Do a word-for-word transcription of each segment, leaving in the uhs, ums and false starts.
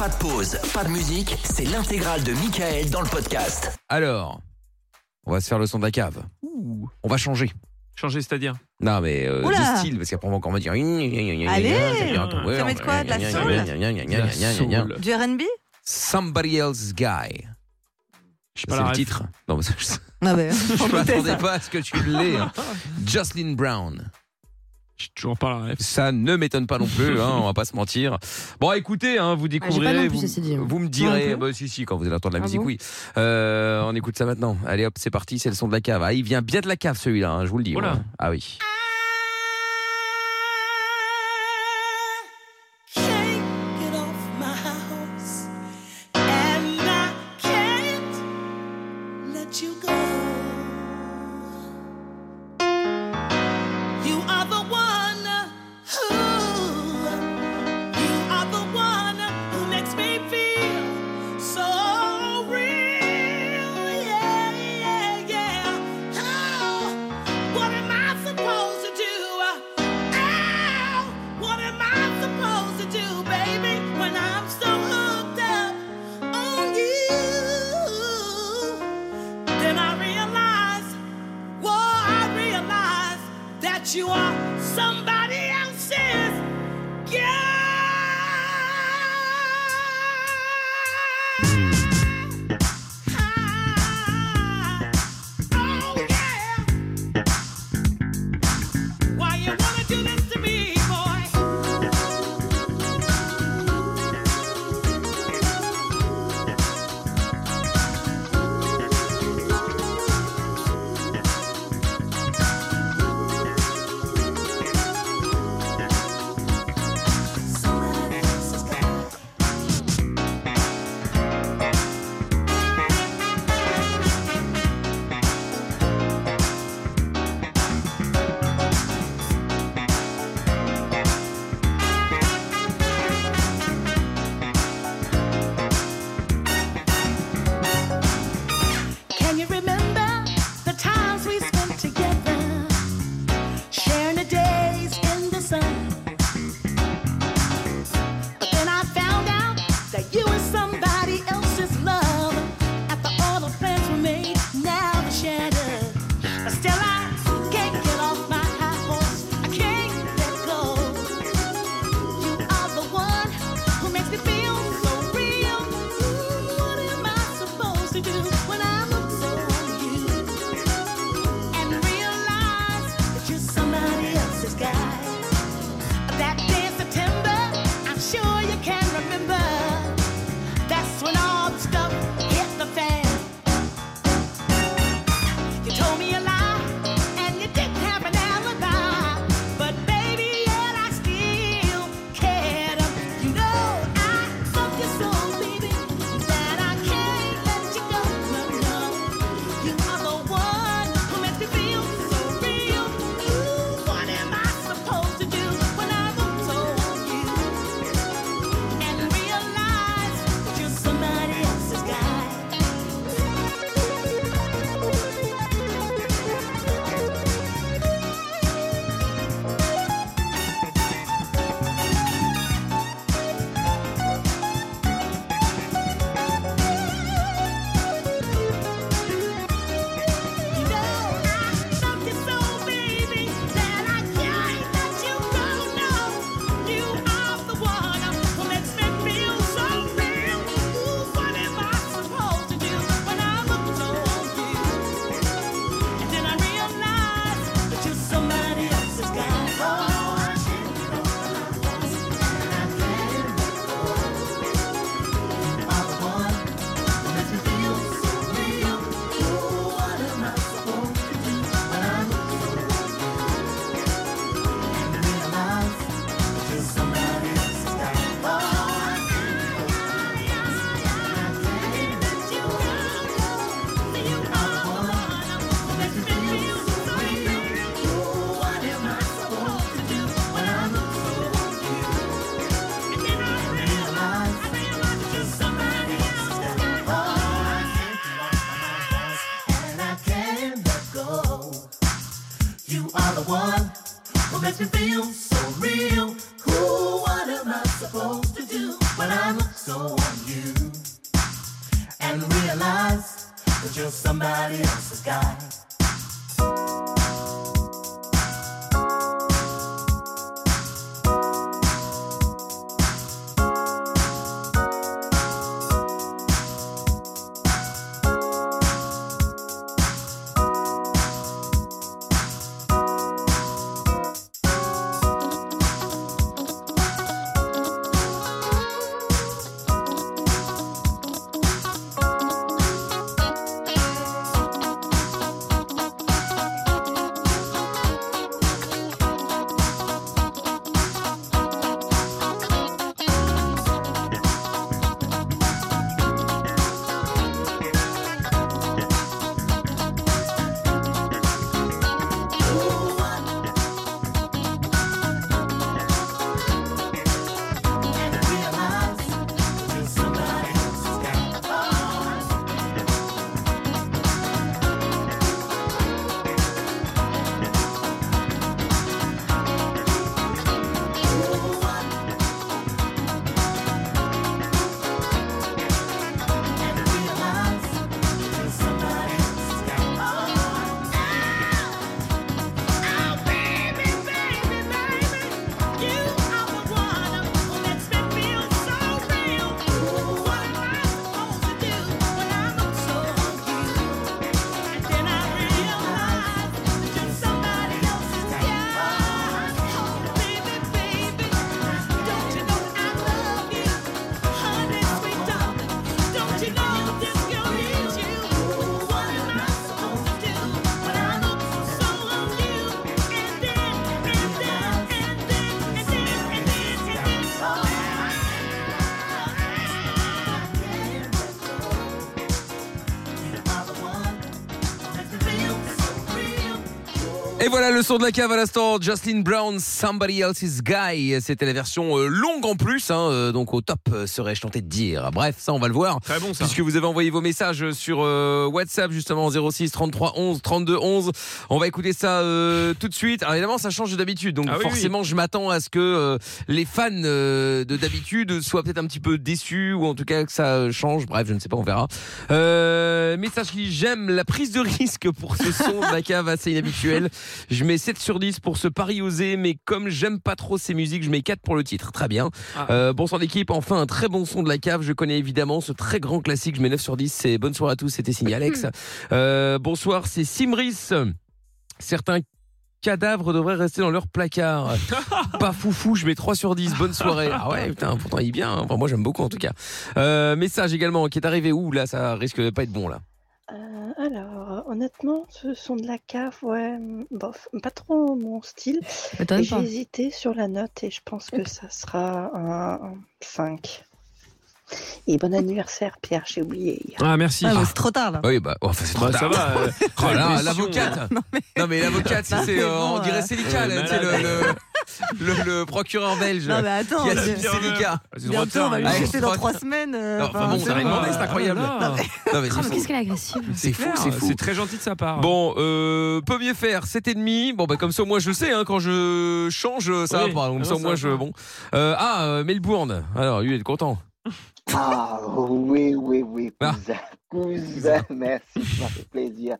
Pas de pause, pas de musique, c'est l'intégrale de Mickaël dans le podcast. Alors, on va se faire le son de la cave. Ouh. On va changer. Changer, c'est-à-dire Non, mais euh, de style, parce qu'après on va encore me dire. Allez, ça met de quoi, de la soul, du R and B, Somebody Else's Guy. Je sais pas c'est la le ref. titre. Non, mais ça, je ah ben, je m'attendais pas à ce que tu l'aies. Hein. Jocelyn Brown. J'ai toujours pas la ref. Ça ne m'étonne pas non plus, hein, on va pas se mentir. Bon, écoutez, hein, vous découvrirez, ah, non plus, vous, ça, dit, hein. vous me direz. Bah, si, si, quand vous allez entendre la Ah musique, bon oui. Euh, on écoute ça maintenant. Allez hop, c'est parti, c'est le son de la cave. Ah, il vient bien de la cave celui-là, hein, je vous le dis. Voilà. Ouais. Ah oui. You are somebody else's girl. Oh yeah. Why you wanna do this to me, boy? makes me feel so real. Ooh, what am I supposed to do when I look so You're somebody else's guy. Et voilà le son de la cave à l'instant, Jocelyn Brown, Somebody Else's Guy. C'était la version euh, longue en plus, hein, euh, donc au top euh, serais-je tenté de dire. Bref, ça on va le voir. Très bon ça. Puisque vous avez envoyé vos messages sur euh, WhatsApp justement zéro six trente-trois onze trente-deux onze. On va écouter ça euh, tout de suite. Alors évidemment ça change d'habitude, donc ah, oui, forcément oui. je m'attends à ce que euh, les fans euh, de d'habitude soient peut-être un petit peu déçus ou en tout cas que ça change. Bref, je ne sais pas, on verra. Euh, message qui dit j'aime la prise de risque pour ce son de la cave assez inhabituel. Je mets sept sur dix pour ce pari osé, mais comme j'aime pas trop ces musiques, je mets quatre pour le titre. Très bien. Ah. Euh, bonsoir l'équipe, enfin un très bon son de la cave. Je connais évidemment ce très grand classique, je mets neuf sur dix. C'est bonne soirée à tous, c'était signé Alex. Euh, bonsoir, c'est Simris. Certains cadavres devraient rester dans leur placard. Pas foufou, je mets trois sur dix. Bonne soirée. Ah ouais, putain, pourtant il est bien. Enfin, moi j'aime beaucoup en tout cas. Euh, message également qui est arrivé. Ouh là, ça risque de pas être bon là. Euh, alors, honnêtement, ce son de la cave, ouais, bof, pas trop mon style. J'ai hésité sur la note et je pense que ça sera un, un cinq. Et bon anniversaire Pierre, j'ai oublié hier. Ah merci. Ah, bah, c'est trop tard là. Oui bah, enfin, c'est trop bah, tard. Ça va. Euh, oh là, l'avocate. Non mais, non, mais l'avocate, c'est, c'est, euh, on dirait Célica, euh, tu sais, le, le, le, le procureur belge. Non mais attends. Qui a suivi Célica. Bientôt on va lui chercher dans trois semaines. Euh, non, enfin bon, on t'a demandé, c'est incroyable. Non mais, non, mais oh, qu'est-ce qu'elle est agressive. C'est fou, c'est fou. C'est très gentil de sa part. Bon, euh, peut mieux faire sept et demi. Bon bah comme ça moi je sais hein, quand je change ça oui, va pas. Comme ça moi je bon. Euh, ah euh, Melbourne. Alors lui il est content. Ah oui, oui, oui, cousin, ah. cousin, merci, ça m'a fait plaisir.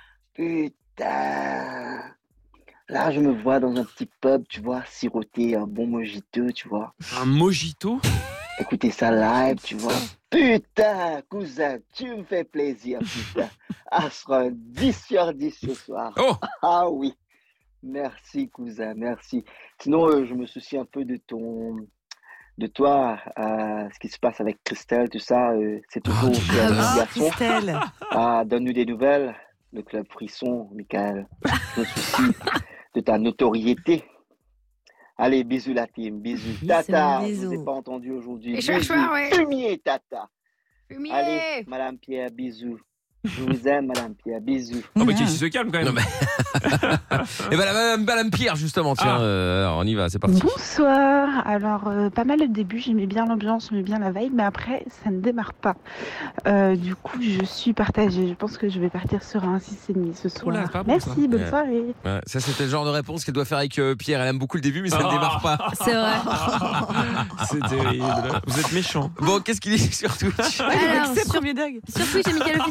Putain, là je me vois dans un petit pub, tu vois, siroter un bon mojito, tu vois. Un mojito? Écoutez ça live, tu vois. Putain, cousin, tu me fais plaisir, putain. Ah, ce sera un dix sur dix ce soir. Oh. Ah oui, merci, cousin, merci. Sinon, euh, je me soucie un peu de ton... de toi, euh, ce qui se passe avec Christelle, tout ça, euh, c'est toujours oh, ah, ah, garçon. Christelle. Ah, donne-nous des nouvelles, le club Frisson, Michael. Je me soucie de ta notoriété. Allez, bisous la team, bisous. Oui, Tata, je ne vous ai pas entendu aujourd'hui. Et bisous. Ouais. Fumier, Tata. Fumier. Allez, Madame Pierre, bisous. Je vous aime, Madame Pierre, bisous. Oh, bah, qui se calme quand même. Et ben, Madame, Madame Pierre, justement, tiens, ah. euh, alors on y va, c'est parti. Bonsoir. Alors, euh, pas mal au début, j'aimais bien l'ambiance, j'aimais bien la vibe, mais après, ça ne démarre pas. Euh, du coup, je suis partagée. Je pense que je vais partir sur un six virgule cinq ce soir. Oula, bon, merci, ça. Bonne ouais. soirée. Ouais, ça, c'était le genre de réponse qu'elle doit faire avec euh, Pierre. Elle aime beaucoup le début, mais ça ah. ne démarre pas. C'est vrai. C'est terrible. Vous êtes méchant. Bon, qu'est-ce qu'il dit sur Twitch? Alors, sur, sur Twitch, j'ai Mickaël officiel.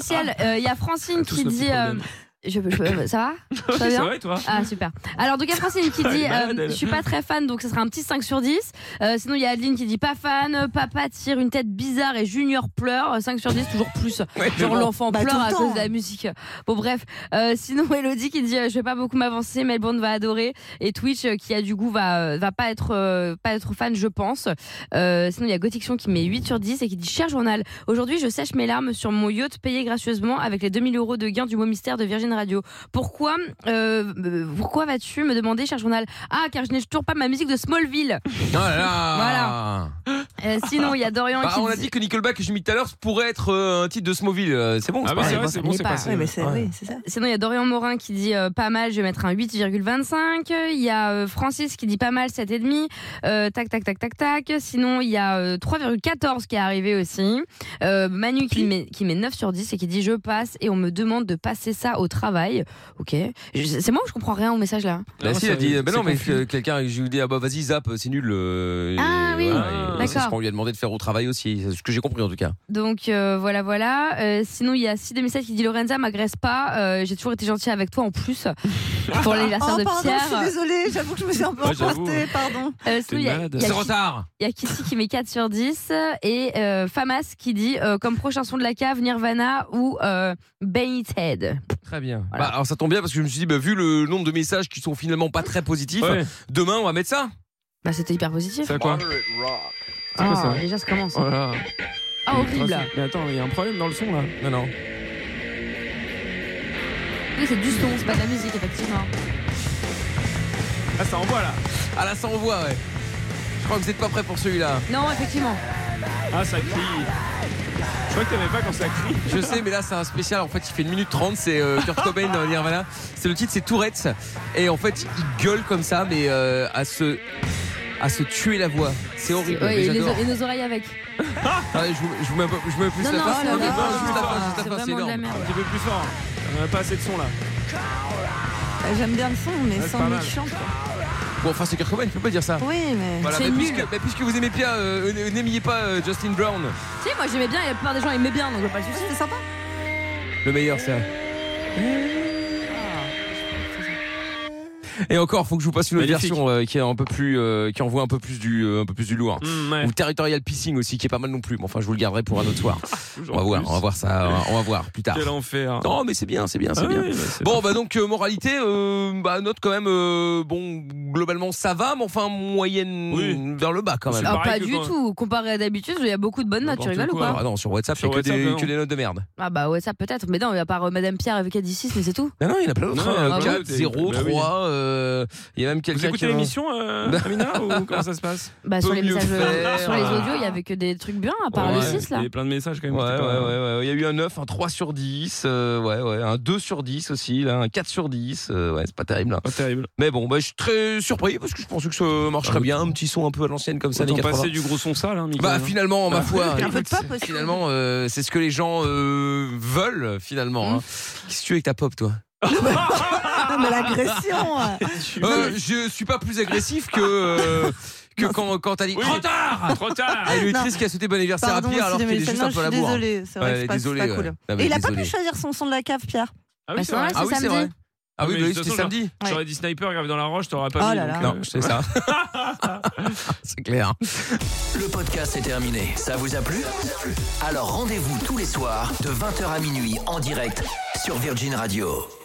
Il y a Francine qui dit. Je, je, ça va? Ça va bien? Ça va et toi? Ah super. Alors donc il y a Francine qui dit euh, je suis pas très fan, donc ça sera un petit cinq sur dix. Euh, sinon il y a Adeline qui dit pas fan, papa tire une tête bizarre et Junior pleure, cinq sur dix toujours plus. Ouais, genre l'enfant bah, pleure à cause de la musique. Bon bref, euh, sinon Elodie qui dit je vais pas beaucoup m'avancer, Melbourne va adorer, et Twitch euh, qui a du goût va va pas être euh, pas être fan je pense. Euh, sinon il y a Gothiction qui met huit sur dix et qui dit cher journal, aujourd'hui je sèche mes larmes sur mon yacht payé gracieusement avec les deux mille euros de gains du mot mystère de Virgin Radio. Pourquoi, euh, pourquoi vas-tu me demander, cher journal? Ah, car je n'ai toujours pas ma musique de Smallville. Oh là là. Voilà. Euh, sinon, il y a Dorian bah, qui. On a dit que Nickelback que j'ai mis tout à l'heure pourrait être euh, un titre de Smallville. C'est bon, c'est ah pas bah, c'est, vrai, vrai, c'est bon, c'est pas. passé. Oui, mais c'est, ouais. oui, c'est ça. Sinon, il y a Dorian Morin qui dit euh, pas mal, je vais mettre un huit virgule vingt-cinq. Il y a euh, Francis qui dit pas mal, sept virgule cinq. Euh, tac, tac, tac, tac, tac. Sinon, il y a euh, trois virgule quatorze qui est arrivé aussi. Euh, Manu qui met, qui met neuf sur dix et qui dit je passe et on me demande de passer ça au travail. Ok. C'est moi ou je comprends rien au message là? Bah si, il a dit, ben non, mais que, quelqu'un, je lui dis, ah bah vas-y, zap, c'est nul. Euh, ah oui, voilà, d'accord. C'est ce qu'on lui a demandé de faire au travail aussi, c'est ce que j'ai compris en tout cas. Donc euh, voilà, voilà. Euh, sinon, il y a six de messages qui dit Lorenza, m'agresse pas, euh, j'ai toujours été gentille avec toi en plus pour l'anniversaire oh, de pardon, Pierre. Je suis désolée, j'avoue que je me suis un peu ouais, emportée, pardon. Euh, sinon, il y a, y a c'est retard. Il y a Kissy qui met quatre sur dix et euh, Famas qui dit euh, comme prochain son de la cave, Nirvana ou euh, Banehead. Très bien. Voilà. Bah, alors ça tombe bien parce que je me suis dit, bah, vu le nombre de messages qui sont finalement pas très positifs, ouais. Demain on va mettre ça. Bah c'était hyper positif. C'est quoi? Ah, quoi, ça déjà ça commence. Oh là. Ah horrible. Mais attends, il y a un problème dans le son là. Non non. Oui c'est du son, c'est pas de la musique effectivement. Ah ça envoie là. Ah là ça envoie ouais. Je crois que vous êtes pas prêts pour celui-là. Non effectivement. Ah ça crie. Je crois que t'aimais pas quand ça crie. Je sais, mais là c'est un spécial. En fait, il fait une minute trente. C'est euh, Kurt Cobain dans Nirvana. C'est le titre, c'est Tourette's. Et en fait, il gueule comme ça, mais euh, à se à se tuer la voix. C'est horrible. Ouais, et, les, et nos oreilles avec. Ah, je, vous, je vous mets un peu, je vous mets plus non, la non, fin. là, là, Juste la fin, c'est juste la fin, c'est énorme. Un petit peu plus fort. On n'a pas assez de son là. J'aime bien le son, mais ouais, sans mec chante. Bon, enfin, c'est Kurt Cobain, il peut pas dire ça. Oui, mais. Voilà, c'est mais nul. Puisque, mais puisque vous aimez bien, euh, n'aimiez pas euh, Justin Brown. Si, moi j'aimais bien, et la plupart des gens aimaient bien, donc pas le souci, c'était sympa. Le meilleur, c'est. Et encore, faut que je vous passe une autre magnifique. version euh, qui est un peu plus, euh, qui envoie un peu plus du, euh, un peu plus du lourd. Mmh, ouais. Ou Territorial Pissing aussi, qui est pas mal non plus. Mais enfin, je vous le garderai pour un autre soir. on va voir, on va voir ça, on va voir plus tard. Quel enfer. Non, mais c'est bien, c'est bien, c'est ah bien. Oui, bah c'est bon, bah donc euh, moralité, euh, bah note quand même, euh, bon, globalement ça va, mais enfin moyenne oui. vers le bas quand même. Ah, pas du quand... tout. Comparé à d'habitude, il y a beaucoup de bonnes notes. Tu rigoles ou pas? Ah non, sur WhatsApp, il n'y a que des, que des notes de merde. Ah bah WhatsApp peut-être, mais non, à part euh, Madame Pierre avec A D six, mais c'est tout. Non, non, il y en a plein d'autres. Ah, quatre, zéro, trois. Il y a même quelqu'un qui. Vous écoutez qui l'émission, euh, Amina, ou comment ça se passe? Bah sur les messages, faire. Sur les audios, il y avait que des trucs bien, à part ouais, le six là. Il y a plein de messages quand même. Ouais, ouais, pas... ouais, ouais. Il y a eu un neuf, un trois sur dix, euh, ouais, ouais, un deux sur dix aussi, là, un quatre sur dix. Euh, ouais, c'est pas terrible. Là. Pas terrible. Mais bon, bah, je suis très surpris parce que je pensais que ça marcherait ah, bien, un petit son un peu à l'ancienne comme ça. On passait du gros son sale, hein, Michael, bah finalement, ma foi, un peu de pop aussi. Finalement, euh, c'est ce que les gens euh, veulent finalement. Mmh. Hein. Qu'est-ce que tu veux avec ta pop, toi? Non mais l'agression. Euh, je suis pas plus agressif que. Euh, que non, quand, quand t'as dit oui. Trop tard Trop tard ah, il est triste qui a souhaité bon anniversaire Pardon, à Pierre alors qu'il est juste un peu à la bourre. Désolée, c'est vrai ouais, que c'est pas, désolé, c'est pas cool. Ouais. Et il a pas pu choisir son son de la cave, Pierre. Ah oui, c'est vrai. Ah oui, c'est vrai. Ah oui, oui c'était samedi. J'aurais dit Sniper gravé dans la roche, t'aurais pas oh mis. Là donc, là. Euh... Non, c'est ça. C'est clair. Le podcast est terminé. Ça vous a plu? Alors rendez-vous tous les soirs de vingt heures à minuit en direct sur Virgin Radio.